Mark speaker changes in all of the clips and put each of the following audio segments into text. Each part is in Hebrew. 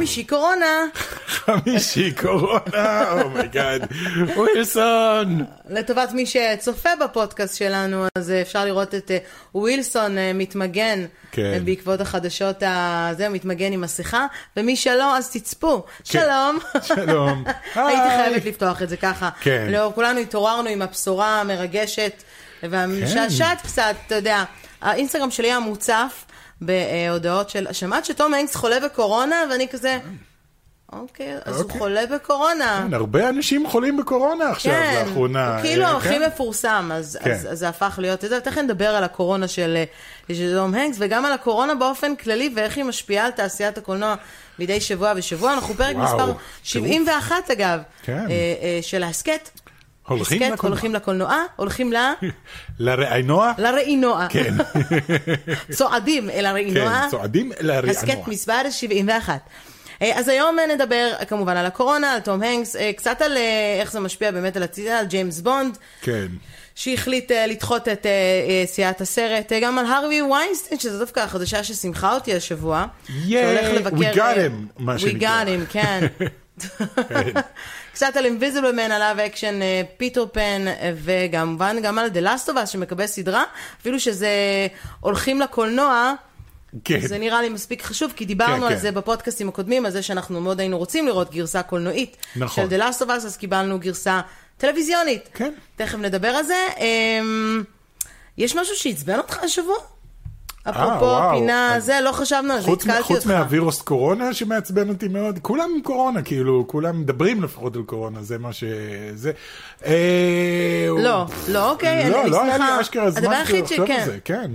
Speaker 1: חמישי קורונה.
Speaker 2: חמישי קורונה, אומייגאד. ווילסון.
Speaker 1: לטובת מי שצופה בפודקאסט שלנו, אז אפשר לראות את ווילסון מתמגן בעקבות החדשות הזה, הוא מתמגן עם מסכה, ומי שלא, אז תצפו. שלום.
Speaker 2: שלום.
Speaker 1: הייתי חייבת לפתוח את זה ככה.
Speaker 2: כן.
Speaker 1: כולנו התעוררנו עם הבשורה המרגשת, והמשעשעת קצת, אתה יודע, האינסטגרם שלי היה מוצף בהודעות של, שמעת שתום הנקס חולה בקורונה, ואני כזה, אוקיי, אז הוא חולה בקורונה.
Speaker 2: כן, הרבה אנשים חולים בקורונה עכשיו, לאחרונה.
Speaker 1: הוא כאילו הכי מפורסם, אז זה הפך להיות, תכף נדבר על הקורונה של תום הנקס, וגם על הקורונה באופן כללי, ואיך היא משפיעה על תעשיית הקולנוע מדי שבוע ושבוע. אנחנו פרק מספר 71, אגב, של ההסקט. הולכים לקולנוע, הולכים
Speaker 2: לראינוע?
Speaker 1: לראינוע.
Speaker 2: כן.
Speaker 1: צועדים אל הראינוע.
Speaker 2: כן, צועדים אל הראינוע.
Speaker 1: הסקט מספר 71. אז היום נדבר כמובן על הקורונה, על תום הנקס, קצת על איך זה משפיע באמת על הצידה, על ג'יימס בונד.
Speaker 2: כן.
Speaker 1: שהחליט לדחות את סיעת הסרט, גם על הרווי ויינסטיין, שזו דווקא החדשה ששמחה אותי השבוע.
Speaker 2: שהולך לבקר... We got him, מה שנקרא.
Speaker 1: We got him, כן. קצת על Invisible Man, עליו אקשן פיטר פן, וכמובן גם על The Last of Us שמקבל סדרה, אפילו שזה הולכים לקולנוע, זה נראה לי מספיק חשוב, כי דיברנו על זה בפודקאסטים הקודמים, על זה שאנחנו מאוד היינו רוצים לראות גרסה קולנועית של The Last of Us, אז קיבלנו גרסה טלוויזיונית. תכף נדבר על זה. יש משהו שהצבן אותך השבוע? אפרופו פינה זה, לא חשבנו על זה, התקלתי אותך.
Speaker 2: חוץ מהווירוס קורונה שמעצבן אותי מאוד, כולם עם קורונה, כאילו, כולם מדברים לפחות על קורונה, זה מה שזה.
Speaker 1: לא, אוקיי, אני שמחה.
Speaker 2: לא היה לי אשכרה זמן לחשוב על זה, כן.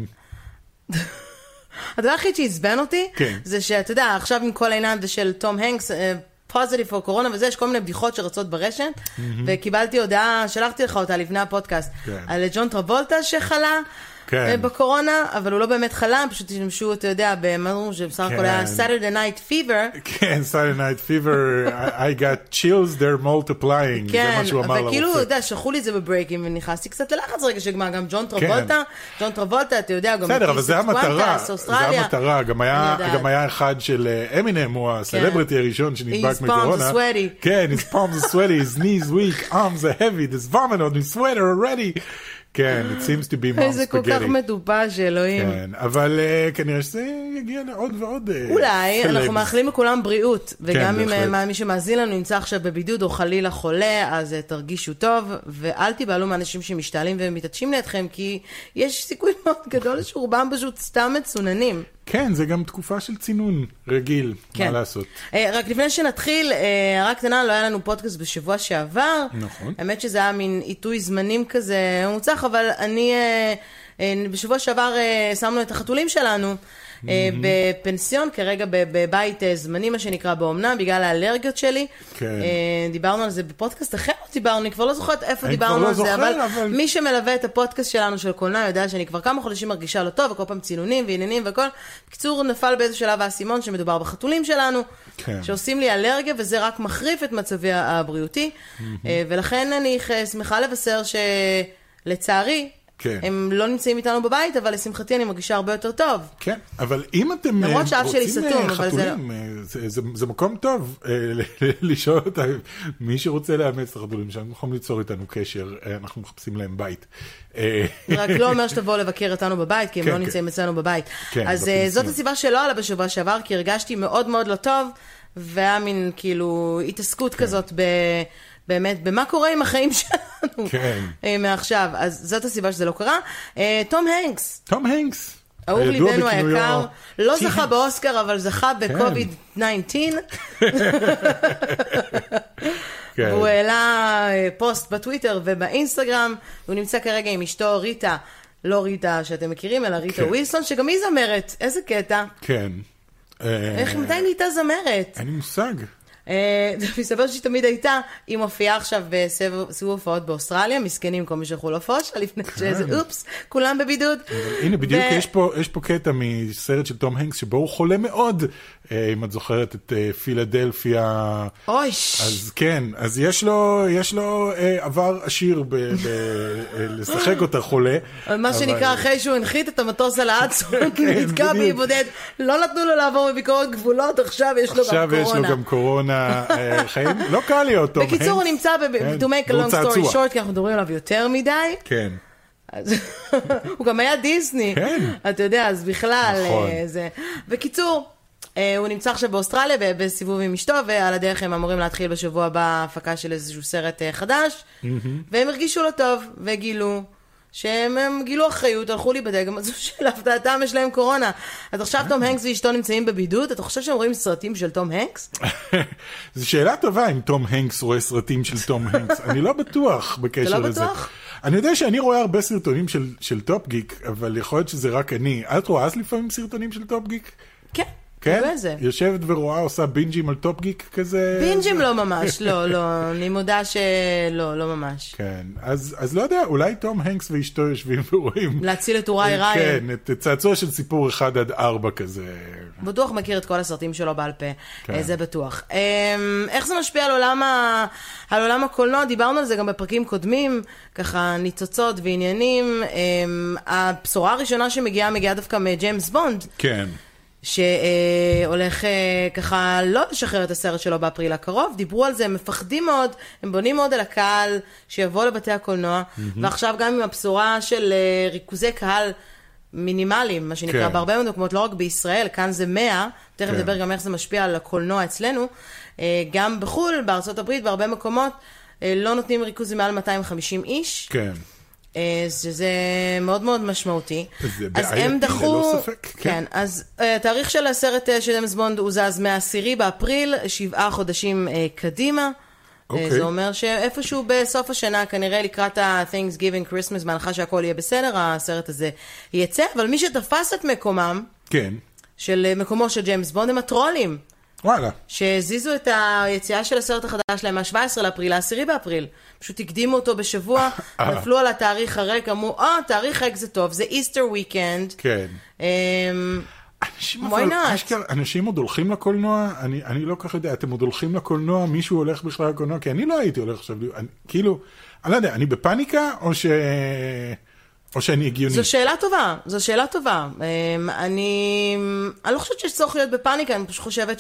Speaker 1: הדבר הכי שהצבן אותי, זה שאתה יודע, עכשיו עם כל העניין של תום הנקס, פוזיטיב או קורונה וזה, יש כל מיני בדיחות שרצות ברשת, וקיבלתי הודעה, שלחתי לך אותה לפני הפודקאסט, על ג'ון טרבולטה שחלה, בקורונה, אבל הוא לא באמת חלה, פשוט השתמשו, אתה יודע, במדרום שבסך הכל היה Saturday Night Fever.
Speaker 2: כן, Saturday Night Fever, I got chills, they're multiplying, זה מה שהוא אמר לרופא.
Speaker 1: וכאילו, אתה יודע, שלחו לי את זה בברייקים, ונכנסתי קצת ללחץ רגע, שגמר גם ג'ון טרבולטה, אתה יודע, גם
Speaker 2: בסדר, אבל זה המטרה, גם היה אחד של אמינם, הוא הסלבריטי הראשון שנדבק מקורונה.
Speaker 1: His palms are sweaty.
Speaker 2: כן, his palms are sweaty, his knees weak, arms are heavy, there's vomit on his sweater already. כן, it seems to be mom's spaghetti.
Speaker 1: זה כל כך מדובש, אלוהים.
Speaker 2: כן, אבל כנראה שזה יגיע לעוד ועוד
Speaker 1: אולי, אנחנו מאחלים לכולם בריאות, וגם אם מי שמאזין לנו נמצא עכשיו בבידוד או חלילה חולה, אז תרגישו טוב, ואל תיבהלו מאנשים שמשתעלים ומתעטשים לידכם, כי יש סיכוי מאוד גדול שרובם פשוט סתם מצוננים.
Speaker 2: כן, זה גם תקופה של צינון רגיל, מה לעשות.
Speaker 1: רק לפני שנתחיל, רק קטנה, לא היה לנו פודקאסט בשבוע שעבר.
Speaker 2: נכון.
Speaker 1: האמת שזה היה מין עיתוי זמנים כזה מוצח, אבל אני, בשבוע שעבר שמנו את החתולים שלנו בפנסיון, כרגע בבית זמני, מה שנקרא באומנה, בגלל האלרגיות שלי.
Speaker 2: כן.
Speaker 1: דיברנו על זה בפודקאסט אחר, אני כבר לא זוכרת איפה דיברנו על זה, אבל מי שמלווה את הפודקאסט שלנו של קולנוע יודע שאני כבר כמה חודשים מרגישה לא טוב, וכל פעם צינונים ועניינים וכל. בקיצור, נפל באיזה שלב האסימון שמדובר בחתולים שלנו, שעושים לי אלרגיה, וזה רק מחריף את מצבי הבריאותי, ולכן אני שמחה לבשר שלצערי, הם לא נמצאים איתנו בבית, אבל לשמחתי אני מרגישה הרבה יותר טוב.
Speaker 2: כן, אבל אם אתם רוצים חתולים, זה מקום טוב לשאול אותם, מי שרוצה לאמץ את החתולים, שאנחנו יכולים ליצור איתנו קשר, אנחנו מחפשים להם בית.
Speaker 1: רק לא אומר שתבואו לבקר אותנו בבית, כי הם לא נמצאים אצלנו בבית. אז זאת הסיבה שלא עלה בשבוע שעבר, כי הרגשתי מאוד מאוד לא טוב, והיה מין כאילו התעסקות כזאת באמת, במה קורה עם החיים שלנו מעכשיו. אז זאת הסיבה שזה לא קרה. תום הנקס.
Speaker 2: תום הנקס.
Speaker 1: אהוב ליבנו היקר. לא זכה באוסקר, אבל זכה בקוביד-19. הוא העלה פוסט בטוויטר ובאינסטגרם. הוא נמצא כרגע עם אשתו ריטה. לא ריטה שאתם מכירים, אלא ריטה ווילסון, שגם היא זמרת. איזה קטע.
Speaker 2: כן.
Speaker 1: מתי נהייתה זמרת?
Speaker 2: אין לי מושג.
Speaker 1: מסתבר שהיא תמיד הייתה, היא מופיעה עכשיו בסיבוב הופעות באוסטרליה, מסכנים כל מי שהלכו להופעות שלה לפני שזה אופס, כולם בבידוד.
Speaker 2: הנה בדיוק יש פה קטע מסרט של תום הנקס שבו הוא חולה מאוד, אם את זוכרת את פילדלפיה.
Speaker 1: אויש.
Speaker 2: אז כן, אז יש לו עבר עשיר לשחק אותה חולה.
Speaker 1: מה שנקרא אחרי שהוא הנחית את המטוס על האדסון, נתקע בהיבודד, לא נתנו לו לעבור בביקורת גבולות, עכשיו יש לו גם קורונה.
Speaker 2: חיים, לא קל להיות טוב.
Speaker 1: בקיצור, הוא נמצא to make a long story short, כי אנחנו מדברים עליו יותר מדי.
Speaker 2: כן.
Speaker 1: הוא גם היה דיסני.
Speaker 2: כן.
Speaker 1: אתה יודע, אז בכלל.
Speaker 2: נכון.
Speaker 1: בקיצור, הוא נמצא עכשיו באוסטרליה בסיבוב עם אשתו, ועל הדרך הם אמורים להתחיל בשבוע הבא הפקה של איזשהו סרט חדש, והם הרגישו לו טוב, וגילו שהם גילו אחריות, הלכו להיבדק, גם זו של הפתעתם יש להם קורונה. אז עכשיו תום הנקס ואשתו נמצאים בבידוד, אתה חושב שהם רואים סרטים של תום הנקס?
Speaker 2: זו שאלה טובה אם תום הנקס רואה סרטים של תום הנקס. אני לא בטוח בקשר לזה.
Speaker 1: אתה לא בטוח?
Speaker 2: אני יודע שאני רואה הרבה סרטונים של טופ גיק, אבל יכול להיות שזה רק אני. את רואה אז לפעמים סרטונים של טופ גיק?
Speaker 1: כן.
Speaker 2: כן? יושבת ורואה, עושה בינג'ים על טופ גיק כזה?
Speaker 1: בינג'ים לא ממש, לא. אני מודה שלא, לא ממש.
Speaker 2: כן, אז לא יודע, אולי תום הנקס ואשתו יושבים ורואים.
Speaker 1: להציל את אורי ריין.
Speaker 2: כן, את צעצוע של סיפור 1-4 כזה.
Speaker 1: בטוח מכיר את כל הסרטים שלו בעל פה, זה בטוח. איך זה משפיע על עולם הקולנוע? דיברנו על זה גם בפרקים קודמים, ככה ניצוצות ועניינים. הבשורה הראשונה מגיעה דווקא מג'יימס בונד.
Speaker 2: כן.
Speaker 1: שהולך ככה לא לשחרר את הסרט שלו באפריל הקרוב, דיברו על זה, הם מפחדים מאוד, הם בונים מאוד על הקהל שיבוא לבתי הקולנוע, ועכשיו גם עם הבשורה של ריכוזי קהל מינימליים, מה שנקרא בהרבה מאוד מקומות, לא רק בישראל, כאן זה 100, תכף נדבר גם איך זה משפיע על הקולנוע אצלנו, גם בחול, בארצות הברית, בהרבה מקומות, לא נותנים ריכוזים מעל 250 איש.
Speaker 2: כן.
Speaker 1: שזה מאוד מאוד משמעותי.
Speaker 2: זה בעייתי, ללא ספק.
Speaker 1: כן, אז התאריך של הסרט של ג'יימס בונד הוא זז מ10 באפריל, 7 חודשים קדימה. זה אומר שאיפשהו בסוף השנה, כנראה לקראת ה-Thanksgiving Christmas, בהנחה שהכל יהיה בסדר, הסרט הזה יצא, אבל מי שתפס את מקומם, של מקומו של ג'יימס בונד, הם הטרולים.
Speaker 2: וואלה.
Speaker 1: שהזיזו את היציאה של הסרט החדש שלהם מה-17 לאפריל, ל10 באפריל. פשוט הקדימו אותו בשבוע, נפלו על התאריך הריק, אמרו, תאריך ריק זה טוב, זה איסטר וויקנד.
Speaker 2: כן. אנשים עוד הולכים לקולנוע, אני לא כך יודע, אתם עוד הולכים לקולנוע, מישהו הולך בכלל לקולנוע, כי אני לא הייתי הולך עכשיו, כאילו, אני לא יודע, אני בפאניקה, או שאני הגיוני?
Speaker 1: זו שאלה טובה. אני לא חושבת שיש צורך להיות בפאניקה, אני פשוט חושבת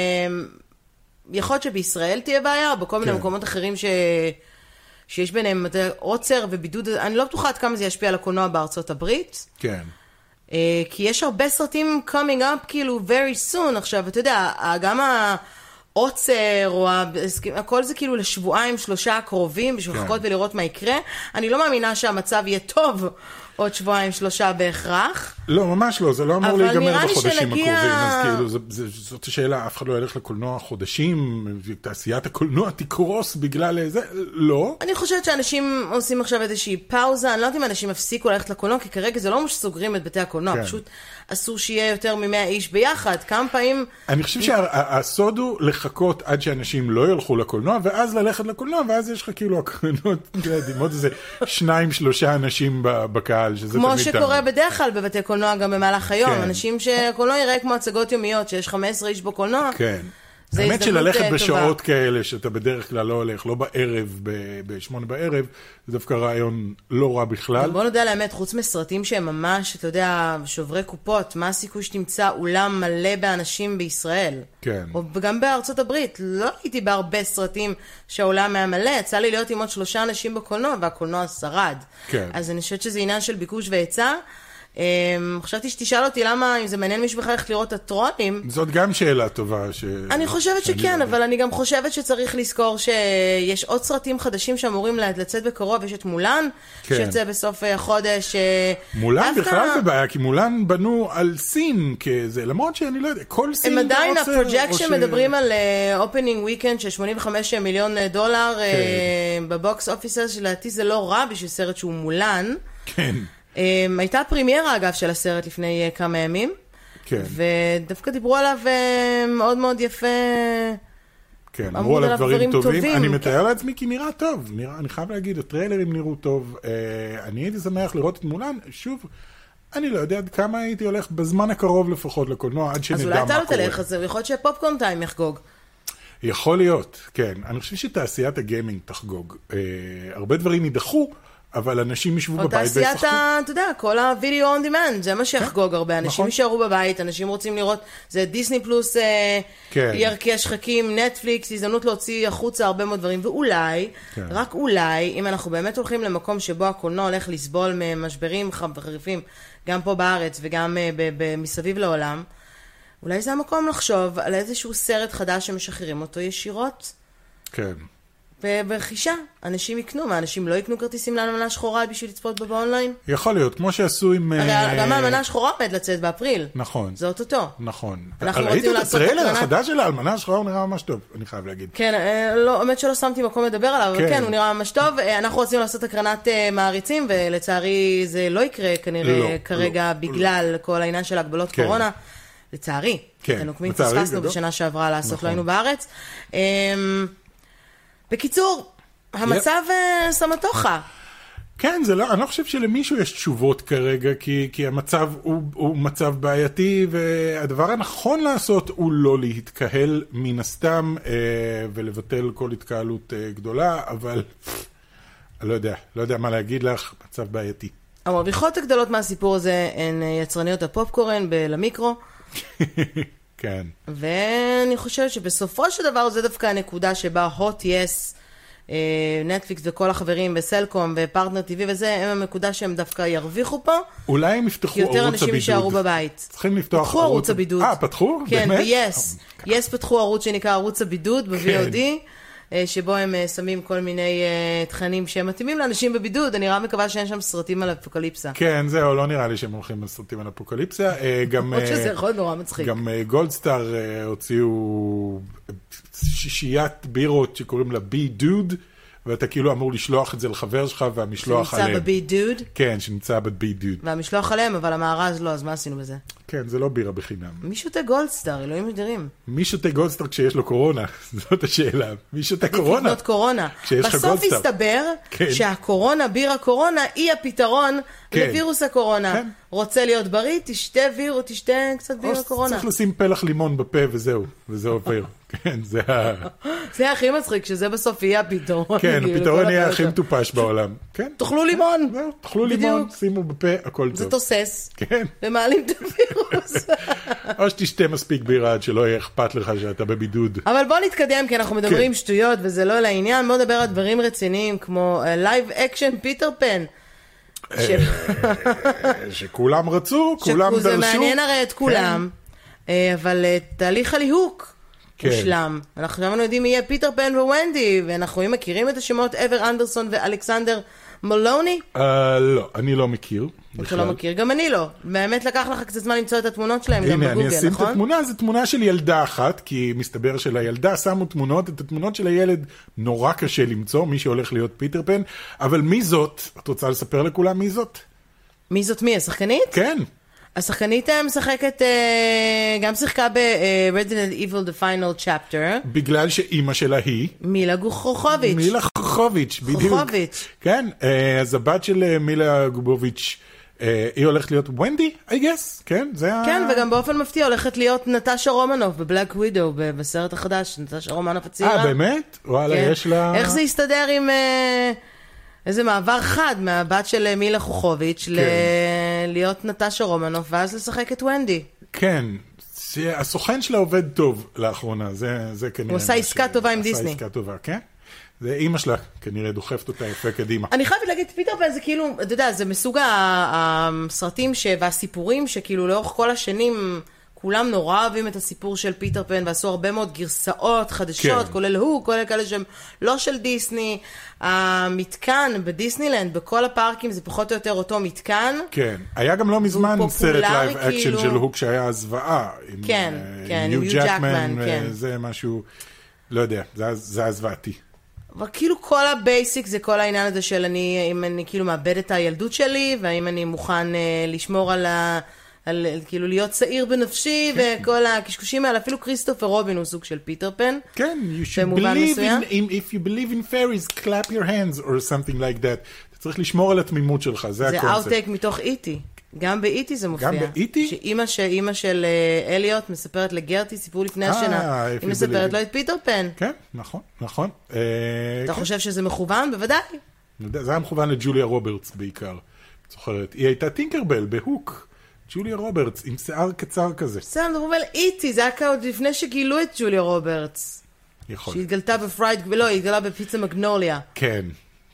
Speaker 1: יכול להיות שבישראל תהיה בעיה, או בכל מיני מקומות אחרים שיש ביניהם עוצר ובידוד, אני לא בטוחה עד כמה זה ישפיע על הקולנוע בארצות הברית.
Speaker 2: כן.
Speaker 1: כי יש הרבה סרטים coming up, כאילו, very soon. עכשיו, אתה יודע, גם העוצר, או הכל זה כאילו לשבועיים, 3 הקרובים, בשביל לחכות ולראות מה יקרה. אני לא מאמינה שהמצב יהיה טוב עוד 2-3 בהכרח.
Speaker 2: לא, ממש לא, זה לא אמור להיגמר בחודשים הקרובים, אז כאילו, זאת השאלה, אף אחד לא ילך לקולנוע חודשים, תעשיית הקולנוע תקרוס בגלל זה, לא.
Speaker 1: אני חושבת שאנשים עושים עכשיו איזושהי פאוזה, אני לא יודעת אם אנשים הפסיקו ללכת לקולנוע, כי כרגע זה לא ממש סוגרים את בתי הקולנוע, פשוט אסור שיהיה יותר מ100 איש ביחד, כמה פעמים...
Speaker 2: אני חושב שהסוד הוא לחכות עד שאנשים לא ילכו לקולנוע, ואז ללכת לקולנוע, ואז יש לך כאילו הקרנות, עוד איזה 2-3 אנשים בקהל.
Speaker 1: כמו שקורה בדרך כלל בבתי קולנוע גם במהלך היום, אנשים שהקולנוע יראה כמו הצגות יומיות, שיש 15 איש בקולנוע.
Speaker 2: כן. האמת שללכת בשעות כאלה, שאתה בדרך כלל לא הולך, לא בערב, ב8 בערב, זה דווקא רעיון לא רע בכלל.
Speaker 1: בוא נדע לאמת, חוץ מסרטים שהם ממש, אתה יודע, שוברי קופות, מה הסיכוי שתמצא אולם מלא באנשים בישראל?
Speaker 2: כן.
Speaker 1: וגם בארצות הברית, לא הייתי בהרבה סרטים שהאולם היה מלא, יצא לי להיות עם עוד 3 אנשים בקולנוע, והקולנוע שרד.
Speaker 2: כן.
Speaker 1: אז אני חושבת שזה עניין של ביקוש והיצע. חשבתי שתשאל אותי למה, אם זה מעניין מישהו בכלל איך לראות את הטרולים.
Speaker 2: זאת גם שאלה טובה.
Speaker 1: אני חושבת שכן, אבל אני גם חושבת שצריך לזכור שיש עוד סרטים חדשים שאמורים לצאת בקרוב, יש את מולן, שיצא בסוף החודש.
Speaker 2: מולן בכלל בבעיה, כי מולן בנו על סין כזה, למרות שאני לא יודע, כל סין
Speaker 1: הם עדיין, הפרוג'קשן מדברים על אופנינג וויקנד של $85 מיליון בבוקס אופיסס, שלדעתי זה לא רע בשביל סרט שהוא מולן.
Speaker 2: כן.
Speaker 1: הייתה פרימיירה אגב של הסרט לפני כמה ימים,
Speaker 2: כן.
Speaker 1: ודווקא דיברו עליו מאוד מאוד יפה,
Speaker 2: כן, אמרו עליו דברים טובים. אני מתאר לעצמי כי נראה טוב. אני חייב להגיד, הטריילרים נראו טוב. אני הייתי שמח לראות את מולן. שוב, אני לא יודע עד כמה הייתי הולך בזמן הקרוב לפחות לקולנוע, עד שנדע מה קורה.
Speaker 1: אז אולי אתה לא תלך, אז יכול להיות שפופקורן טיים יחגוג.
Speaker 2: יכול להיות, כן. אני חושב שתעשיית הגיימינג תחגוג. הרבה דברים יידחו, אבל אנשים ישבו בבית וישחקו.
Speaker 1: או תעשיית, אתה יודע, כל הווידאו און דימנד, זה מה שיחגוג הרבה. אנשים יישארו בבית, אנשים רוצים לראות, זה דיסני פלוס, ירקי השחקים, נטפליקס, הזדמנות להוציא החוצה הרבה מאוד דברים, ואולי, רק אולי, אם אנחנו באמת הולכים למקום שבו הקולנוע הולך לסבול ממשברים חריפים, גם פה בארץ וגם מסביב לעולם, אולי זה המקום לחשוב על איזשהו סרט חדש שמשחררים אותו ישירות.
Speaker 2: כן.
Speaker 1: ברכישה, אנשים יקנו, מה, אנשים לא יקנו כרטיסים לאלמנה שחורה בשביל לצפות בה באונליין?
Speaker 2: יכול להיות, כמו שעשו עם...
Speaker 1: הרי גם האלמנה שחורה עומד לצאת באפריל.
Speaker 2: נכון.
Speaker 1: זה אותו.
Speaker 2: נכון. ראית את הטריילר החדש של האלמנה השחורה, הוא נראה ממש טוב, אני חייב להגיד.
Speaker 1: כן, לא, האמת שלא שמתי מקום לדבר עליו, אבל כן, הוא נראה ממש טוב. אנחנו רוצים לעשות הקרנת מעריצים, ולצערי זה לא יקרה כנראה כרגע בגלל כל העניין של הגבלות קורונה. לצערי. תנוקמים פספסנו בשנה שעברה לעשות, לא היינו בארץ. בקיצור, המצב סמטוחה.
Speaker 2: כן, אני לא חושב שלמישהו יש תשובות כרגע, כי המצב הוא מצב בעייתי, והדבר הנכון לעשות הוא לא להתקהל מן הסתם, ולבטל כל התקהלות גדולה, אבל אני לא יודע מה להגיד לך, מצב בעייתי.
Speaker 1: המרוויחות הגדולות מהסיפור הזה הן יצרניות הפופקורן למיקרו.
Speaker 2: כן.
Speaker 1: ואני חושבת שבסופו של דבר זה דווקא הנקודה שבה הוט יס, נטפליקס וכל החברים בסלקום ופרטנר טבעי וזה, הם הנקודה שהם דווקא ירוויחו פה.
Speaker 2: אולי הם יפתחו ערוץ הבידוד.
Speaker 1: יותר אנשים יישארו בבית.
Speaker 2: צריכים לפתוח
Speaker 1: פתחו ערוץ הבידוד.
Speaker 2: פתחו?
Speaker 1: כן, ב-yes. yes פתחו ערוץ שנקרא ערוץ הבידוד ב-VOD. שבו הם שמים כל מיני תכנים שהם מתאימים לאנשים בבידוד. אני מקווה שאין שם סרטים על אפוקליפסה.
Speaker 2: כן, זהו, לא נראה לי שהם הולכים לסרטים על אפוקליפסה.
Speaker 1: עוד שזה יכול נורא מצחיק.
Speaker 2: גם גולדסטאר הוציאו שישיית בירות שקוראים לה בי דוד, ואתה כאילו אמור לשלוח את זה לחבר שלך, והמשלוח עליהם.
Speaker 1: שנמצא בבי דוד?
Speaker 2: כן, שנמצא בבי דוד.
Speaker 1: והמשלוח עליהם, אבל המארז לא, אז מה עשינו בזה?
Speaker 2: כן, זה לא בירה בחינם.
Speaker 1: מי שותה גולדסטאר? אלוהים ידרים.
Speaker 2: מי שותה גולדסטאר כשיש לו קורונה? זאת השאלה. מי שותה קורונה?
Speaker 1: עדיף לקנות קורונה. בסוף הסתבר שהקורונה, בירה קורונה, היא הפתרון לווירוס הקורונה. רוצה להיות בריא, תשתה קצת בירה קורונה.
Speaker 2: צריך לשים פלח לימון בפה וזהו, וזה עובר. כן,
Speaker 1: זה הכי מצחיק, שזה בסוף יהיה הפתרון.
Speaker 2: כן, הפתרון יהיה הכי מטופש בעולם.
Speaker 1: תאכלו לימון.
Speaker 2: תאכלו לימון, שימו בפה, הכל טוב.
Speaker 1: זה תוסס.
Speaker 2: כן.
Speaker 1: ומעלים את הווירוס.
Speaker 2: או שתשתה מספיק בירה עד שלא יהיה אכפת לך שאתה בבידוד.
Speaker 1: אבל בוא נתקדם, כי אנחנו מדברים שטויות, וזה לא לעניין. בוא נדבר על דברים רציניים, כמו לייב אקשן פיטר פן.
Speaker 2: שכולם רצו, כולם דרשו.
Speaker 1: זה מעניין הרי את כולם, אבל תהליך הליהוק מושלם. אנחנו גם יודעים מי יהיה פיטר פן וונדי, ואנחנו מכירים את השמות אבר אנדרסון ואלכסנדר מולוני?
Speaker 2: לא, אני לא מכיר.
Speaker 1: אתה לא מכיר, גם אני לא. באמת לקח לך קצת זמן למצוא את התמונות שלהם גם בגוגל, נכון?
Speaker 2: הנה, אני אשים את התמונה, זו תמונה של ילדה אחת, כי מסתבר שלילדה שמו תמונות, את התמונות של הילד נורא קשה למצוא, מי שהולך להיות פיטר פן, אבל מי זאת? את רוצה לספר לכולם מי זאת?
Speaker 1: מי זאת מי? השחקנית?
Speaker 2: כן.
Speaker 1: השחקנית משחקת, גם שיחקה ב-Resident Evil The Final Chapter.
Speaker 2: בגלל שאימא שלה היא?
Speaker 1: מילה גוחוכוביץ'.
Speaker 2: מילה גוחוכוביץ', בדיוק.
Speaker 1: גוחוכוביץ'.
Speaker 2: כן, אז הבת של מילה גובוביץ', היא הולכת להיות ונדי, I guess, כן?
Speaker 1: כן, וגם באופן מפתיע הולכת להיות נטשה רומנוב בבלק ווידו, בסרט החדש, נטשה רומנוב הצעירה.
Speaker 2: באמת? וואלה, יש לה...
Speaker 1: איך זה יסתדר עם... איזה מעבר חד מהבת של מילה חוכוביץ' להיות נטשה רומנוב, ואז לשחק את ונדי.
Speaker 2: כן, הסוכן שלה עובד טוב לאחרונה, זה כנראה...
Speaker 1: הוא עושה עסקה טובה עם דיסני.
Speaker 2: עשה עסקה טובה, כן? זה אימא שלה, כנראה דוחפת אותה יפה קדימה.
Speaker 1: אני חייבת להגיד, פיטר פן זה כאילו, אתה יודע, זה מסוג הסרטים והסיפורים שכאילו לאורך כל השנים... כולם נורא אוהבים את הסיפור של פיטר פן, ועשו הרבה מאוד גרסאות חדשות, כולל כולל כאלה שהם לא של דיסני. המתקן בדיסנילנד, בכל הפארקים, זה פחות או יותר אותו מתקן.
Speaker 2: כן, היה גם לא מזמן סרט לייב אקשן של הוק שהיה הזוועה.
Speaker 1: כן, עם יו ג'קמן,
Speaker 2: זה משהו, לא יודע, זה היה זוועתי.
Speaker 1: אבל כאילו כל הבייסיק זה כל העניין הזה של אם אני כאילו מאבד את הילדות שלי, והאם אני מוכן לשמור על על כאילו להיות צעיר בנפשי, וכל הקשקושים האלה, אפילו כריסטופר רובין הוא סוג של פיטר פן.
Speaker 2: כן, you should believe if you believe in fairies, clap your hands, or something like that. אתה צריך לשמור על התמימות שלך, זה הקונספט.
Speaker 1: זה אאוטטייק מתוך איטי. גם באיטי זה מופיע.
Speaker 2: גם באיטי?
Speaker 1: שאימא של אליוט מספרת לגרטי סיפור לפני השינה. היא מספרת לו את פיטר פן.
Speaker 2: כן, נכון.
Speaker 1: אתה חושב שזה מכוון? בוודאי.
Speaker 2: זה היה מכוון לג'וליה רוברטס בעיקר. זוכרת. היא הייתה טינקרבל בהוק. ג'וליה רוברטס עם שיער קצר כזה.
Speaker 1: בסדר, מדברים על איטי, זה היה עוד לפני שגילו את ג'וליה רוברטס.
Speaker 2: יכול.
Speaker 1: שהתגלתה בפרייד, ולא, היא התגלה בפיצה מגנוליה.
Speaker 2: כן.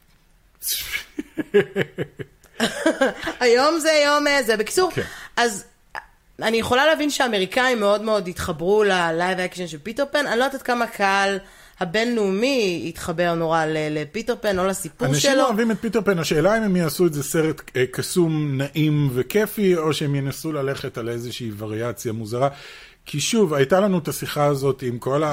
Speaker 1: היום זה יום זה. בקיצור, אז אני יכולה להבין שהאמריקאים מאוד מאוד התחברו ללייב אקשן של פיטר פן, אני לא יודעת כמה קהל הבינלאומי התחבר נורא לפיטר פן או לסיפור שלו.
Speaker 2: אנשים אוהבים את פיטר פן, השאלה אם הם יעשו את זה סרט קסום, נעים וכיפי, או שהם ינסו ללכת על איזושהי וריאציה מוזרה. כי שוב, הייתה לנו את השיחה הזאת עם כל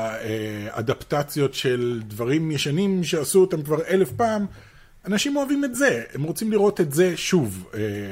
Speaker 2: האדפטציות של דברים ישנים שעשו אותם כבר 1000 פעם. אנשים אוהבים את זה, הם רוצים לראות את זה שוב,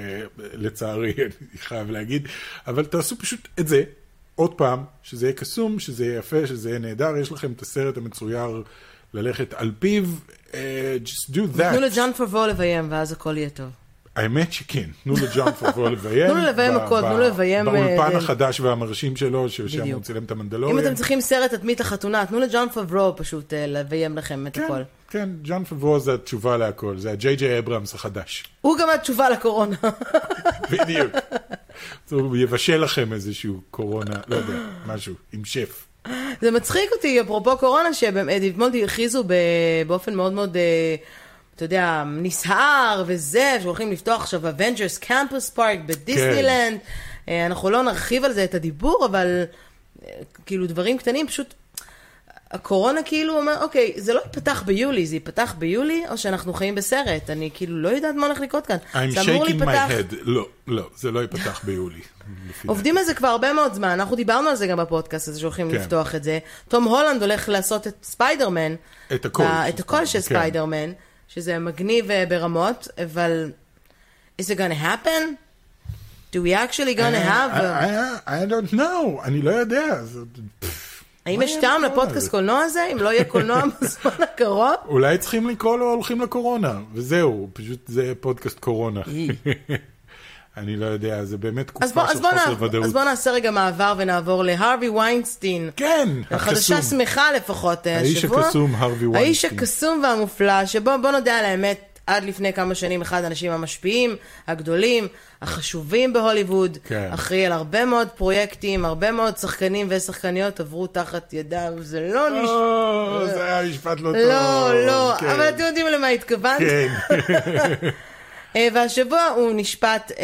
Speaker 2: לצערי, אני חייב להגיד, אבל תעשו פשוט את זה, עוד פעם, שזה יהיה קסום, שזה יהיה יפה, שזה יהיה נהדר, יש לכם את הסרט המצויר ללכת על פיו, just do that.
Speaker 1: תנו לג'ון פרבו לביים, ואז הכל יהיה טוב.
Speaker 2: האמת שכן, תנו לג'ון פרבו לביים.
Speaker 1: תנו לו לביים הכל, תנו לו לביים...
Speaker 2: באולפן החדש והמרשים שלו, ששם הוא צילם את המנדלוריה.
Speaker 1: אם אתם צריכים סרט תדמית לחתונה, תנו לג'ון פרבו פשוט לביים לכם את הכל.
Speaker 2: כן, ג'ון פרבו זה התשובה להכל, זה הג'יי אברמס החדש.
Speaker 1: הוא גם התשובה לקורונה.
Speaker 2: בדיוק. הוא יבשל לכם איזשהו קורונה, לא יודע, משהו, עם שף.
Speaker 1: זה מצחיק אותי, אפרופו קורונה, שבאמת הכריזו באופן מאוד מאוד, אתה יודע, נסהר וזה, שהולכים לפתוח עכשיו אבנג'רס קמפוס פארק בדיסנילנד. אנחנו לא נרחיב על זה את הדיבור, אבל כאילו דברים קטנים, פשוט הקורונה כאילו אומר, אוקיי, זה לא ייפתח ביולי, זה ייפתח ביולי, או שאנחנו חיים בסרט. אני כאילו לא יודעת מה הולך לקרות כאן.
Speaker 2: I'm shaking my head. לא, זה לא ייפתח ביולי.
Speaker 1: עובדים על זה כבר הרבה מאוד זמן. אנחנו דיברנו על זה גם בפודקאסט הזה, שהולכים לפתוח את זה. תום הולנד הולך לעשות את ספיידרמן.
Speaker 2: את הכל.
Speaker 1: את הכל של ספיידרמן, שזה מגניב ברמות, אבל is it gonna happen? Do we actually gonna have...
Speaker 2: I don't know. אני לא יודע.
Speaker 1: האם יש טעם לפודקאסט קולנוע הזה? אם לא יהיה קולנוע בזמן הקרוב?
Speaker 2: אולי צריכים לקרוא לו הולכים לקורונה, וזהו, פשוט זה פודקאסט קורונה. אני לא יודע, זה באמת תקופה של חוסר ודאות.
Speaker 1: אז בוא נעשה רגע מעבר ונעבור להרווי ויינסטיין.
Speaker 2: כן, הקסום.
Speaker 1: החדשה שמחה לפחות השבוע.
Speaker 2: האיש הקסום, הרווי ויינסטיין.
Speaker 1: האיש הקסום והמופלא, שבוא נודע על האמת, עד לפני כמה שנים אחד האנשים המשפיעים, הגדולים, החשובים בהוליווד, אחרי על הרבה מאוד פרויקטים, הרבה מאוד שחקנים ושחקניות עברו תחת ידיו, זה לא נשמע...
Speaker 2: זה היה משפט לא טוב.
Speaker 1: לא, אבל אתם יודעים למה התכוונת?
Speaker 2: כן.
Speaker 1: והשבוע הוא נשפט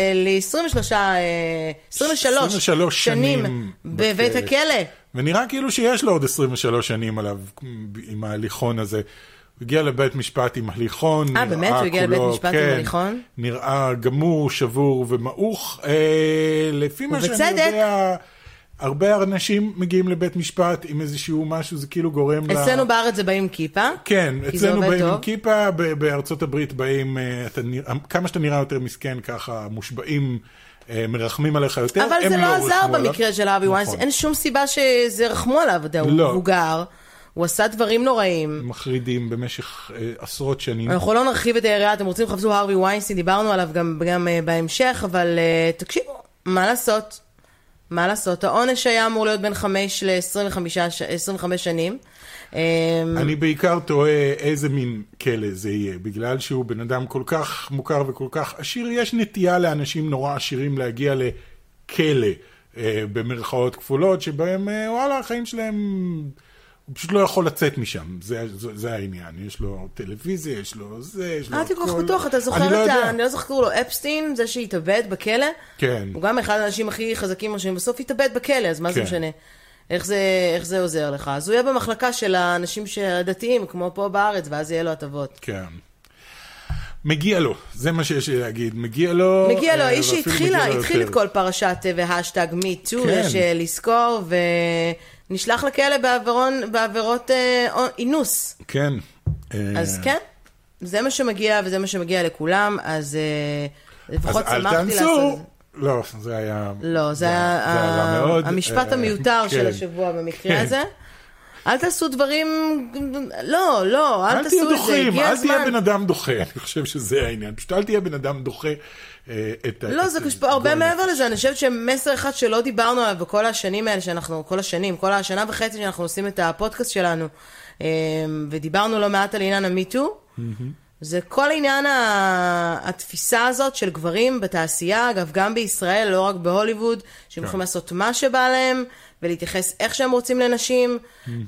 Speaker 1: ל-23 שנים בבית הכלא.
Speaker 2: ונראה כאילו שיש לו עוד 23 שנים עליו עם ההליכון הזה. הוא הגיע לבית משפט עם הליכון.
Speaker 1: באמת? הוא הגיע לבית משפט עם הליכון?
Speaker 2: נראה גמור, שבור ומעוך. לפי מה שאני יודע, הרבה אנשים מגיעים לבית משפט עם איזשהו משהו, זה כאילו גורם
Speaker 1: אצלנו בארץ זה באים כיפה?
Speaker 2: כן, אצלנו באים עם כיפה, בארצות הברית באים, כמה שאתה נראה יותר מסכן ככה, מושבעים, מרחמים עליך יותר.
Speaker 1: אבל זה לא עזר במקרה של הרווי ויינסטיין, אין שום סיבה שזה רחמו עליו, הוא מבוגר. הוא עשה דברים נוראים.
Speaker 2: מחרידים במשך עשרות שנים.
Speaker 1: אנחנו לא נרחיב את היריעה, אתם רוצים לחפשו הרווי ויינסטיין, דיברנו עליו גם בהמשך, אבל תקשיבו, מה לעשות? מה לעשות? העונש היה אמור להיות בין 5 ל-25 שנים.
Speaker 2: אני בעיקר תוהה איזה מין כלא זה יהיה, בגלל שהוא בן אדם כל כך מוכר וכל כך עשיר, יש נטייה לאנשים נורא עשירים להגיע לכלא, במרכאות כפולות, שבהם, וואלה, החיים שלהם... הוא פשוט לא יכול לצאת משם, זה העניין. יש לו טלוויזיה, יש לו זה, יש לו...
Speaker 1: אל תיקח בטוח, אתה זוכר את ה... אני לא זוכר לו אפסטין, זה שהתאבד בכלא.
Speaker 2: כן.
Speaker 1: הוא גם אחד האנשים הכי חזקים, שבסוף התאבד בכלא, אז מה זה משנה? איך זה עוזר לך? אז הוא יהיה במחלקה של האנשים הדתיים, כמו פה בארץ, ואז יהיה לו הטבות.
Speaker 2: כן. מגיע לו, זה מה שיש לי להגיד, מגיע לו...
Speaker 1: מגיע לו, האיש שהתחיל את כל פרשת והשטג MeToo, יש לזכור, נשלח לכלא בעבירות אינוס.
Speaker 2: כן.
Speaker 1: אז כן, זה מה שמגיע, וזה מה שמגיע לכולם, אז לפחות שמחתי לעשות את זה.
Speaker 2: לא, זה היה...
Speaker 1: לא, זה היה המשפט המיותר של השבוע במקרה הזה. אל תעשו דברים... לא, אל תעשו את זה, הגיע הזמן.
Speaker 2: אל תהיה בן אדם דוחה, אני חושב שזה העניין. פשוט אל תהיה בן אדם דוחה את...
Speaker 1: לא, זה הרבה מעבר לזה. אני חושבת שמסר אחד שלא דיברנו עליו בכל השנים האלה שאנחנו, כל השנה וחצי שאנחנו עושים את הפודקאסט שלנו, ודיברנו לא מעט על עניין המיטו, זה כל עניין התפיסה הזאת של גברים בתעשייה, אגב, גם בישראל, לא רק בהוליווד, שהם יכולים לעשות מה שבא להם, ולהתייחס איך שהם רוצים לנשים,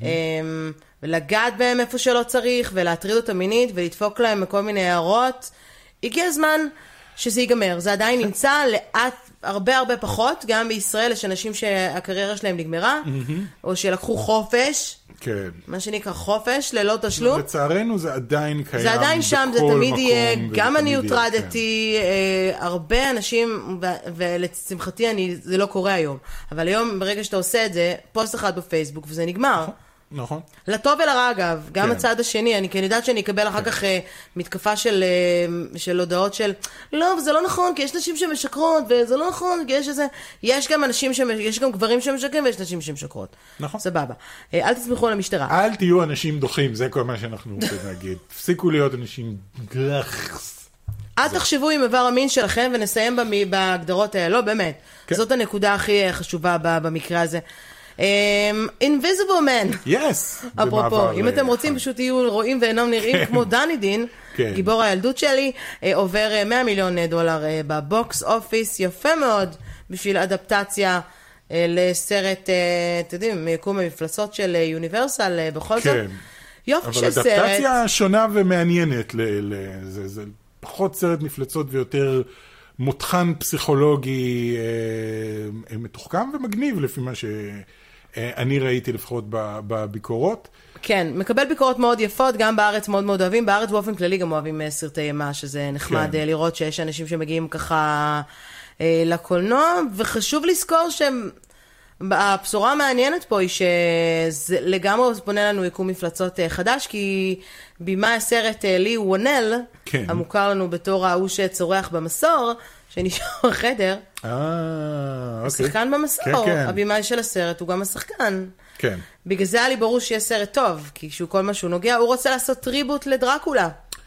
Speaker 1: ולגעת בהם איפה שלא צריך, ולהטריד אותם מינית, ולדפוק להם מכל מיני הערות. הגיע הזמן שזה ייגמר. זה עדיין נמצא לאט, הרבה פחות, גם בישראל יש אנשים שהקריירה שלהם נגמרה, או שלקחו חופש,
Speaker 2: כן.
Speaker 1: מה שנקרא חופש, ללא תשלום.
Speaker 2: לצערנו זה עדיין קיים.
Speaker 1: זה עדיין שם, זה תמיד יהיה, גם אני הוטרדתי, הרבה אנשים, ולשמחתי זה לא קורה היום. אבל היום, ברגע שאתה עושה את זה, פוסט אחד בפייסבוק, וזה נגמר.
Speaker 2: נכון.
Speaker 1: לטוב ולרע אגב, גם הצד השני, אני כן יודעת שאני אקבל אחר כך מתקפה של הודעות של, לא, זה לא נכון, כי יש נשים שמשקרות, וזה לא נכון, כי יש גם אנשים, יש גם גברים שמשקרים, ויש נשים שמשקרות.
Speaker 2: נכון.
Speaker 1: סבבה. אל תסמכו על המשטרה.
Speaker 2: אל תהיו אנשים דוחים, זה כל מה שאנחנו רוצים להגיד. תפסיקו להיות אנשים גרחס.
Speaker 1: אל תחשבו עם איבר המין שלכם, ונסיים בהגדרות האלה, לא, באמת. זאת הנקודה הכי חשובה במקרה הזה. Invisible Man.
Speaker 2: Yes.
Speaker 1: אפרופו, אם אתם רוצים פשוט יהיו רואים ואינם נראים כמו דני דין, גיבור הילדות שלי, עובר $100 מיליון בבוקס אופיס, יפה מאוד בשביל אדפטציה לסרט, אתם יודעים, מיקום המפלצות של יוניברסל בכל זאת. יופי של סרט.
Speaker 2: אבל אדפטציה שונה ומעניינת, זה פחות סרט מפלצות ויותר מותחן פסיכולוגי מתוחכם ומגניב לפי מה שאני ראיתי לפחות בביקורות.
Speaker 1: כן, מקבל ביקורות מאוד יפות, גם בארץ מאוד מאוד אוהבים, בארץ באופן כללי גם אוהבים סרטי אימה, שזה נחמד לראות שיש אנשים שמגיעים ככה לקולנוע, וחשוב לזכור שהבשורה המעניינת פה היא שזה לגמרי פונה לנו יקום מפלצות חדש, כי בימה הסרט לי וונל, המוכר לנו בתור ההוא שצורח במסור, שנשאר בחדר, השחקן במסור, הבימה של הסרט הוא גם השחקן.
Speaker 2: כן.
Speaker 1: בגלל זה היה לי ברור שיהיה סרט טוב, כי כל מה שהוא נוגע, הוא רוצה לעשות ריבוט לדרקולה.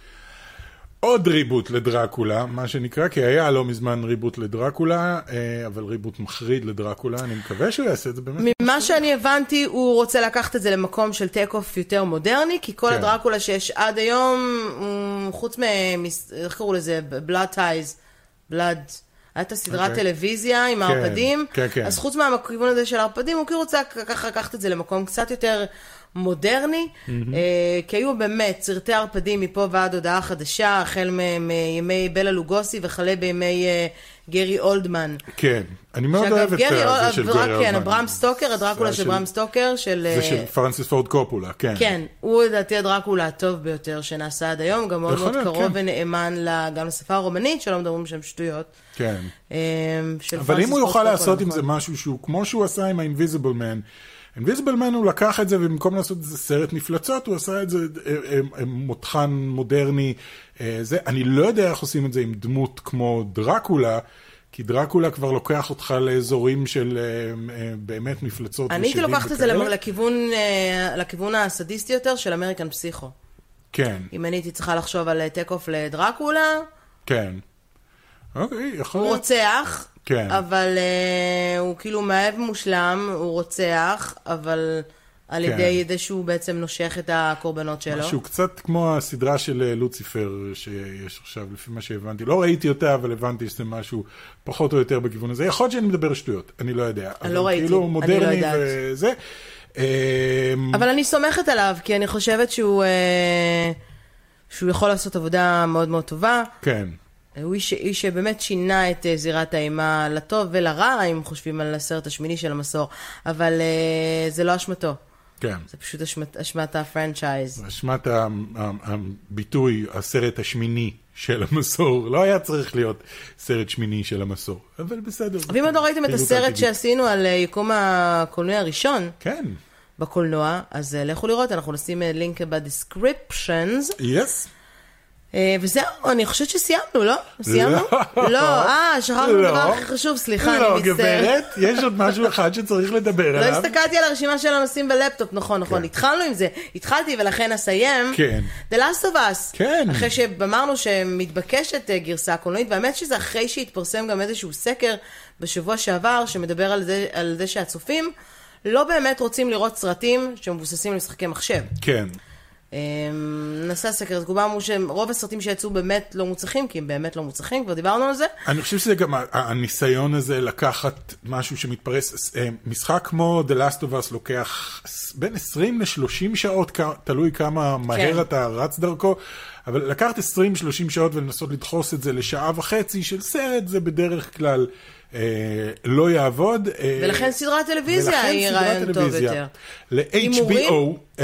Speaker 2: עוד ריבוט לדרקולה, מה שנקרא, כי היה לא מזמן ריבוט לדרקולה, אבל ריבוט מחריד לדרקולה, אני מקווה שהוא יעשה את זה באמת.
Speaker 1: ממה שאני הבנתי, הוא רוצה לקחת את זה למקום של טייק-אוף יותר מודרני, כי כל הדרקולה שיש עד היום, חוץ איך קראו לזה? Blood Ties, Blood... הייתה סדרת טלוויזיה עם הערפדים, אז חוץ מהכיוון הזה של הערפדים, הוא כאילו רוצה ככה לקחת את זה למקום קצת יותר מודרני, כי היו באמת סרטי ערפדים מפה ועד הודעה חדשה, החל מימי בלה לוגוסי וחלה בימי גרי אולדמן.
Speaker 2: כן, אני מאוד אוהב את זה של גרי אולדמן.
Speaker 1: כן, ברם סטוקר, הדרקולה של ברם סטוקר.
Speaker 2: זה של פרנסיס פורד קופולה, כן.
Speaker 1: כן, הוא לדעתי הדרקולה הטוב ביותר שנעשה עד היום, גם מאוד מאוד קרוב ונאמן גם לשפה הרומנית, שלא מדברים שם שטויות.
Speaker 2: כן. אבל אם הוא יוכל לעשות עם זה משהו שהוא, כמו שהוא עשה עם ה-Invisible Man, Invisible Man הוא לקח את זה, ובמקום לעשות את זה סרט מפלצות, הוא עשה את זה מותחן מודרני. אני לא יודע איך עושים את זה עם דמות כמו דרקולה, כי דרקולה כבר לוקח אותך לאזורים של באמת מפלצות.
Speaker 1: אני הייתי לוקחת את זה לכיוון הסדיסטי יותר של אמריקן פסיכו.
Speaker 2: כן.
Speaker 1: אם אני הייתי צריכה לחשוב על טייק-אוף לדרקולה.
Speaker 2: כן. אוקיי, יכול
Speaker 1: הוא
Speaker 2: להיות.
Speaker 1: רוצח.
Speaker 2: כן.
Speaker 1: אבל הוא כאילו מאהב מושלם, הוא רוצח, אבל על ידי שהוא בעצם נושך את הקורבנות שלו.
Speaker 2: משהו קצת כמו הסדרה של לוציפר שיש עכשיו, לפי מה שהבנתי. לא ראיתי אותה, אבל הבנתי שזה משהו פחות או יותר בכיוון הזה. יכול להיות שאני מדבר שטויות, אני לא יודע.
Speaker 1: אני לא ראיתי,
Speaker 2: כאילו מודרני
Speaker 1: אני לא יודעת.
Speaker 2: וזה.
Speaker 1: אבל אני סומכת עליו, כי אני חושבת שהוא יכול לעשות עבודה מאוד מאוד טובה.
Speaker 2: כן.
Speaker 1: הוא איש שבאמת שינה את זירת האימה לטוב ולרע, אם חושבים על הסרט השמיני של המסור, אבל זה לא אשמתו.
Speaker 2: כן.
Speaker 1: זה פשוט אשמת הפרנצ'ייז.
Speaker 2: אשמת הביטוי, הסרט השמיני של המסור. לא היה צריך להיות סרט שמיני של המסור, אבל בסדר.
Speaker 1: ואם עוד לא ראיתם את הסרט שעשינו על יקום הקולנוע הראשון,
Speaker 2: כן.
Speaker 1: בקולנוע, אז לכו לראות, אנחנו נשים לינק בדסקריפשנס.
Speaker 2: Yes.
Speaker 1: וזהו, אני חושבת שסיימנו, לא? סיימנו? לא, שכחנו דבר הכי חשוב, סליחה, אני מצטערת.
Speaker 2: לא, גברת, יש עוד משהו אחד שצריך לדבר עליו.
Speaker 1: לא הסתכלתי על הרשימה של הנושאים בלפטופ, נכון, התחלנו עם זה, התחלתי ולכן אסיים.
Speaker 2: כן.
Speaker 1: The Last of Us.
Speaker 2: כן.
Speaker 1: אחרי שאמרנו שמתבקשת גרסה קולנועית, והאמת שזה אחרי שהתפרסם גם איזשהו סקר בשבוע שעבר, שמדבר על זה שהצופים לא באמת רוצים לראות סרטים שמבוססים על משחקי מחשב.
Speaker 2: כן.
Speaker 1: נעשה סקר, אז גובה אמרו שרוב הסרטים שיצאו באמת לא מוצלחים, כי הם באמת לא מוצלחים, כבר דיברנו על זה.
Speaker 2: אני חושב שזה גם הניסיון הזה לקחת משהו שמתפרס, משחק כמו The Last of Us לוקח בין 20 ל-30 שעות, תלוי כמה מהר אתה רץ דרכו, אבל לקחת 20-30 שעות ולנסות לדחוס את זה לשעה וחצי של סרט, זה בדרך כלל לא יעבוד.
Speaker 1: ולכן סדרת טלוויזיה היא רעיון טוב יותר.
Speaker 2: ל-HBO,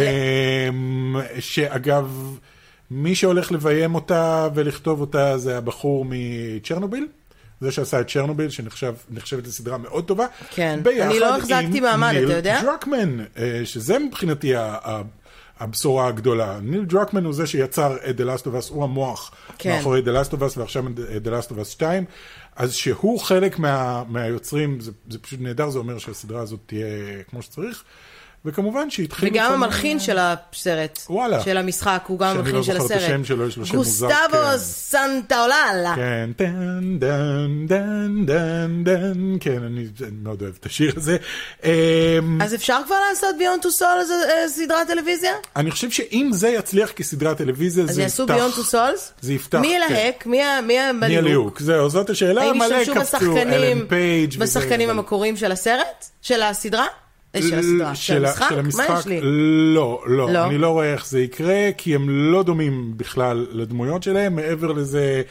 Speaker 2: שאגב, מי שהולך לביים אותה ולכתוב אותה זה הבחור מצ'רנוביל, זה שעשה את צ'רנוביל, שנחשבת לסדרה מאוד טובה.
Speaker 1: כן, אני לא החזקתי מעמד, אתה יודע?
Speaker 2: ניל דרקמן, שזה מבחינתי הבשורה הגדולה. ניל דרקמן הוא זה שיצר את The Last of Us, הוא המוח מאחורי The Last of Us, ועכשיו The Last of Us 2, אז שהוא חלק מהיוצרים, זה פשוט נהדר, זה אומר שהסדרה הזאת תהיה כמו שצריך, וכמובן שהתחיל...
Speaker 1: וגם המלחין של הסרט, של המשחק, הוא גם המלחין של הסרט. שאני לא זוכר את השם
Speaker 2: שלו, יש לו שם מוזר.
Speaker 1: גוסטבו סנטאוללה.
Speaker 2: כן, דן, דן, דן, דן, דן, כן, אני מאוד אוהב את השיר הזה.
Speaker 1: אז אפשר כבר לעשות Beyond Two Souls סדרת טלוויזיה?
Speaker 2: אני חושב שאם זה יצליח כסדרת טלוויזיה, זה יפתח... אז יעשו
Speaker 1: Beyond Two Souls?
Speaker 2: זה יפתח,
Speaker 1: מי ילהק? מי הליהוק?
Speaker 2: זהו, זאת השאלה.
Speaker 1: האם ישתמשו בשחקנים המקוריים של הסרט? של הסדרה? של המשחק?
Speaker 2: לא, אני לא רואה איך זה יקרה, כי הם לא דומים בכלל לדמויות שלהם, מעבר לזה,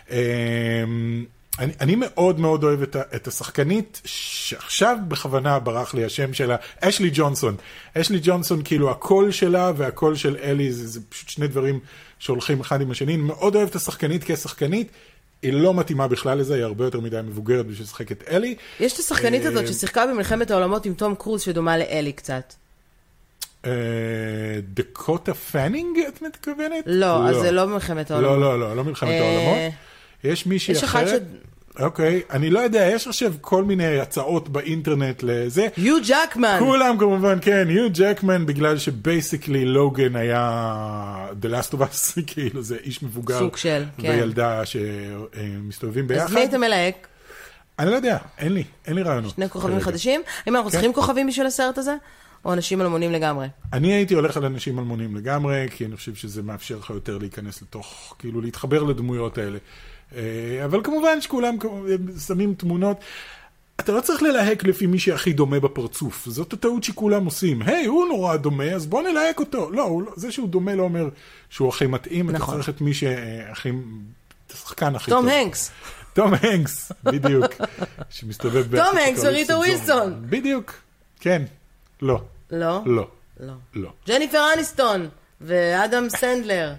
Speaker 2: אני מאוד מאוד אוהב את השחקנית, שעכשיו בכוונה ברח לי השם שלה, אשלי ג'ונסון. אשלי ג'ונסון, כאילו הקול שלה והקול של אלי, זה פשוט שני דברים שהולכים אחד עם השני, אני מאוד אוהב את השחקנית כשחקנית, היא לא מתאימה בכלל לזה, היא הרבה יותר מדי מבוגרת בשביל לשחק את אלי.
Speaker 1: יש את השחקנית הזאת ששיחקה במלחמת העולמות עם תום קרוז שדומה לאלי קצת.
Speaker 2: דקוטה פנינג, את מתכוונת?
Speaker 1: לא, אז זה לא במלחמת העולמות.
Speaker 2: לא מלחמת העולמות. יש מישהי אחרת. אוקיי, אני לא יודע, יש עכשיו כל מיני הצעות באינטרנט לזה.
Speaker 1: יו ג'קמן.
Speaker 2: כולם כמובן, כן, יו ג'קמן, בגלל שבייסיקלי לוגן היה The Last of Us, כאילו זה איש מבוגר.
Speaker 1: סוג של, כן.
Speaker 2: וילדה שמסתובבים ביחד.
Speaker 1: אז מי אתה מלהק?
Speaker 2: אני לא יודע, אין לי רעיונות.
Speaker 1: שני כוכבים חדשים? האם אנחנו צריכים כוכבים בשביל הסרט הזה? או אנשים אלמונים לגמרי?
Speaker 2: אני הייתי הולך על אנשים אלמונים לגמרי, כי אני חושב שזה מאפשר לך יותר להיכנס לתוך, כאילו להתחבר לדמויות האלה. אבל כמובן שכולם שמים תמונות, אתה לא צריך ללהק לפי מי שהכי דומה בפרצוף, זאת הטעות שכולם עושים, היי, הוא נורא דומה, אז בוא נלהק אותו. לא, זה שהוא דומה לא אומר שהוא הכי מתאים, אתה צריך את מי שהכי, את השחקן הכי טוב.
Speaker 1: תום הנקס.
Speaker 2: תום הנקס, בדיוק. שמסתובב
Speaker 1: תום הנקס וריטה ווילסון.
Speaker 2: בדיוק, כן. לא.
Speaker 1: לא?
Speaker 2: לא.
Speaker 1: לא. ג'ניפר אניסטון ואדם סנדלר.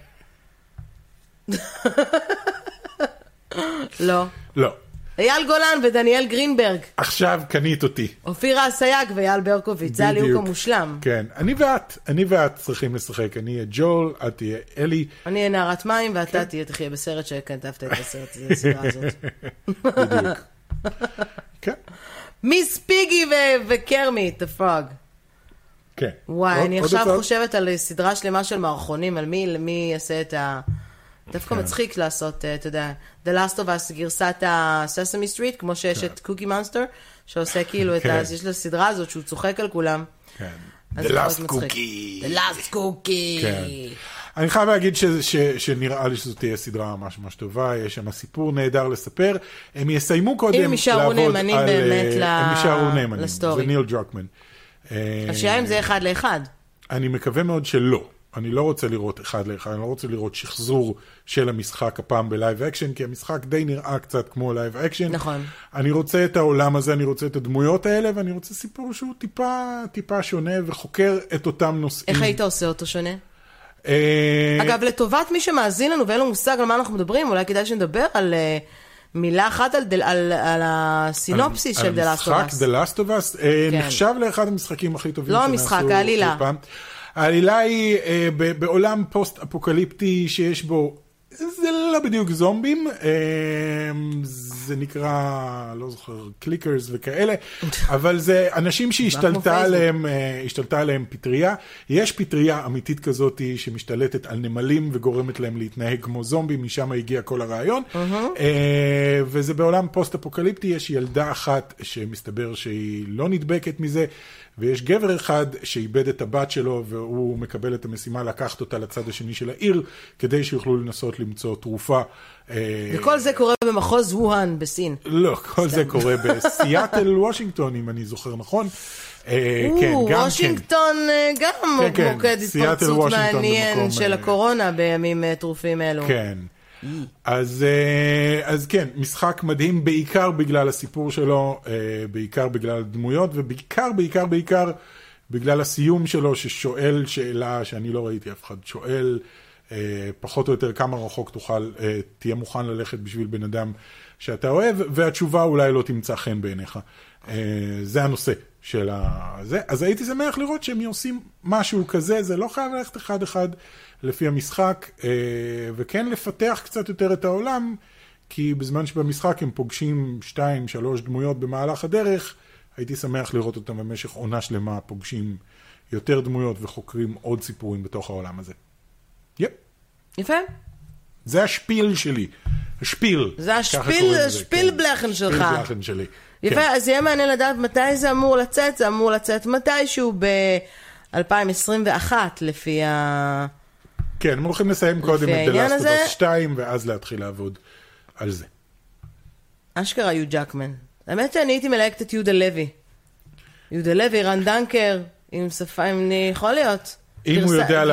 Speaker 1: לא.
Speaker 2: לא.
Speaker 1: אייל גולן ודניאל גרינברג.
Speaker 2: עכשיו קנית אותי.
Speaker 1: אופירה אסייג ואייל ברקוביץ', זה הליהוק המושלם.
Speaker 2: כן, אני ואת צריכים לשחק. אני אהיה ג'ול, את תהיה אלי.
Speaker 1: אני אהיה נערת מים ואתה תחיה בסרט שכתבת את הסרט, זה הסדרה הזאת.
Speaker 2: בדיוק. כן.
Speaker 1: מיס פיגי וקרמיט, the frog.
Speaker 2: כן.
Speaker 1: וואי, אני עכשיו חושבת על סדרה שלמה של מערכונים, על מי יעשה את ה... דווקא מצחיק לעשות, אתה יודע, The Last of Us, גרסת ה-Sesame Street, כמו שיש את קוקי מונסטר, שעושה כאילו את ה... יש לסדרה הזאת שהוא צוחק על כולם.
Speaker 2: כן. The Last Cookie.
Speaker 1: The Last Cookie.
Speaker 2: כן. אני חייב להגיד שנראה לי שזאת תהיה סדרה ממש ממש טובה, יש שם סיפור נהדר לספר, הם יסיימו קודם לעבוד על...
Speaker 1: הם יישארו נאמנים באמת
Speaker 2: הם יישארו נאמנים,
Speaker 1: לסטורי.
Speaker 2: זה ניל דרקמן.
Speaker 1: השאלה אם זה 1-1.
Speaker 2: אני מקווה מאוד שלא. אני לא רוצה לראות 1-1, אני לא רוצה לראות שחזור של המשחק הפעם בלייב אקשן, כי המשחק די נראה קצת כמו לייב אקשן.
Speaker 1: נכון.
Speaker 2: אני רוצה את העולם הזה, אני רוצה את הדמויות האלה, ואני רוצה סיפור שהוא טיפה שונה, וחוקר את אותם נושאים.
Speaker 1: איך היית עושה אותו שונה? אגב, לטובת מי שמאזין לנו, ואין לו מושג על מה אנחנו מדברים, אולי כדאי שנדבר על... מילה אחת על הסינופסיס של The Last of Us.
Speaker 2: המשחק The Last of Us נחשב לאחד המשחקים הכי טובים
Speaker 1: שנעשו. לא המשחק, העלילה.
Speaker 2: העלילה היא בעולם פוסט-אפוקליפטי שיש בו זה לא בדיוק זומבים, זה נקרא, לא זוכר, קליקרס וכאלה, אבל זה אנשים שהשתלטה עליהם פטריה. יש פטריה אמיתית כזאת שמשתלטת על נמלים וגורמת להם להתנהג כמו זומבים, משם הגיע כל הרעיון. וזה בעולם פוסט-אפוקליפטי, יש ילדה אחת שמסתבר שהיא לא נדבקת מזה, ויש גבר אחד שאיבד את הבת שלו, והוא מקבל את המשימה לקחת אותה לצד השני של העיר, כדי שיוכלו לנסות למצוא תרופה.
Speaker 1: וכל זה קורה במחוז ווהאן בסין.
Speaker 2: לא, כל זה קורה בסיאטל, וושינגטון, אם אני זוכר נכון.
Speaker 1: וושינגטון גם מוקד התפרצות מעניין של הקורונה בימים טרופים אלו.
Speaker 2: כן. אז כן, משחק מדהים, בעיקר בגלל הסיפור שלו, בעיקר בגלל הדמויות, ובעיקר, בגלל הסיום שלו, ששואל שאלה שאני לא ראיתי אף אחד, שואל פחות או יותר כמה רחוק תהיה מוכן ללכת בשביל בן אדם שאתה אוהב, והתשובה אולי לא תמצא חן בעיניך. זה הנושא של זה. אז הייתי שמח לראות שהם עושים משהו כזה, זה לא חייב ללכת אחד לפי המשחק, וכן לפתח קצת יותר את העולם, כי בזמן שבמשחק הם פוגשים 2-3 דמויות במהלך הדרך, הייתי שמח לראות אותם במשך עונה שלמה, פוגשים יותר דמויות וחוקרים עוד סיפורים בתוך העולם הזה.
Speaker 1: יפה.
Speaker 2: זה השפיל שלי. השפיל.
Speaker 1: זה השפיל בלחן שלך.
Speaker 2: השפיל בלחן שלי.
Speaker 1: יפה, אז יהיה מעניין לדעת מתי זה אמור לצאת. זה אמור לצאת מתישהו ב-2021 לפי
Speaker 2: כן, הם הולכים לסיים קודם את The Last of Us 2, ואז להתחיל לעבוד על זה.
Speaker 1: אשכרה יו ג'קמן. האמת שאני הייתי מלהקת את יהודה לוי. יהודה לוי, רן דנקר, עם שפה, יכול להיות.
Speaker 2: אם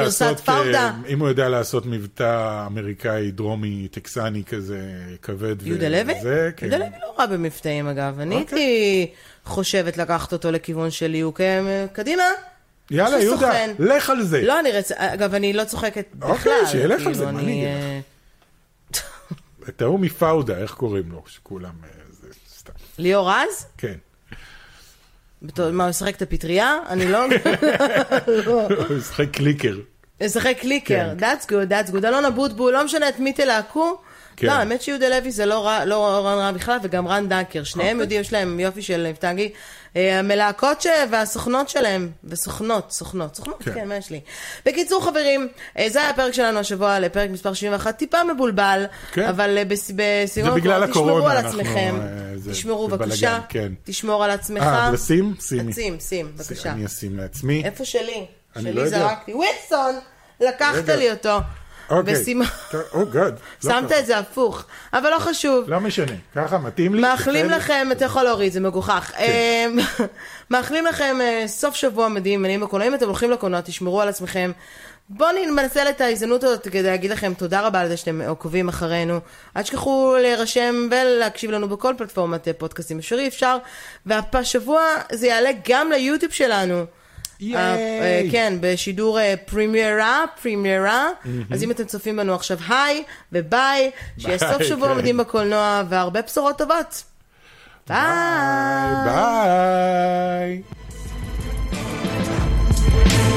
Speaker 2: הוא יודע לעשות מבטא אמריקאי, דרומי, טקסני כזה, כבד.
Speaker 1: יהודה לוי? יהודה לוי לא רע במבטאים אגב. אני הייתי חושבת לקחת אותו לכיוון שלי, הוא קדימה.
Speaker 2: יאללה, יהודה, לך על זה.
Speaker 1: לא, אגב, אני לא צוחקת בכלל.
Speaker 2: אוקיי, שילך על זה, מה אני אגיד לך? אתה הוא מפאודה, איך קוראים לו? שכולם, זה סתם.
Speaker 1: ליאור רז?
Speaker 2: כן.
Speaker 1: מה, הוא ישחק את הפטריה? אני לא...
Speaker 2: הוא ישחק קליקר.
Speaker 1: ישחק קליקר, that's good. אלון אבוטבול, לא משנה את מי תלהקו. לא, האמת שיהודה לוי זה לא רע בכלל, וגם רן דנקר. שניהם יודעים, יש להם יופי של מבטנגי. המלהקות והסוכנות שלהם, וסוכנות, כן, מה יש לי? בקיצור חברים, זה היה הפרק שלנו השבוע, לפרק מספר 71, טיפה מבולבל, אבל בסיום תשמרו על עצמכם, תשמרו בבקשה, תשמור על עצמך.
Speaker 2: לשים?
Speaker 1: שים, בבקשה.
Speaker 2: אני אשים לעצמי.
Speaker 1: איפה שלי? שלי זרקתי. ווילסון, לקחת לי אותו. שמת את זה הפוך, אבל לא חשוב.
Speaker 2: לא משנה, ככה מתאים לי.
Speaker 1: מאחלים לכם, אתה יכול להוריד, זה מגוחך. מאחלים לכם סוף שבוע מדהים, אם אתם הולכים לקולנוע, תשמרו על עצמכם. בואו ננצל את ההזדמנות הזאת כדי להגיד לכם תודה רבה על זה שאתם עוקבים אחרינו. אל תשכחו להירשם ולהקשיב לנו בכל פלטפורמת פודקאסטים אפשר, והשבוע זה יעלה גם ליוטיוב שלנו. כן, בשידור פרימיירה, אז אם אתם צופים בנו עכשיו, היי וביי, שיהיה סוף שבוע מדהים בקולנוע והרבה בשורות טובות. ביי.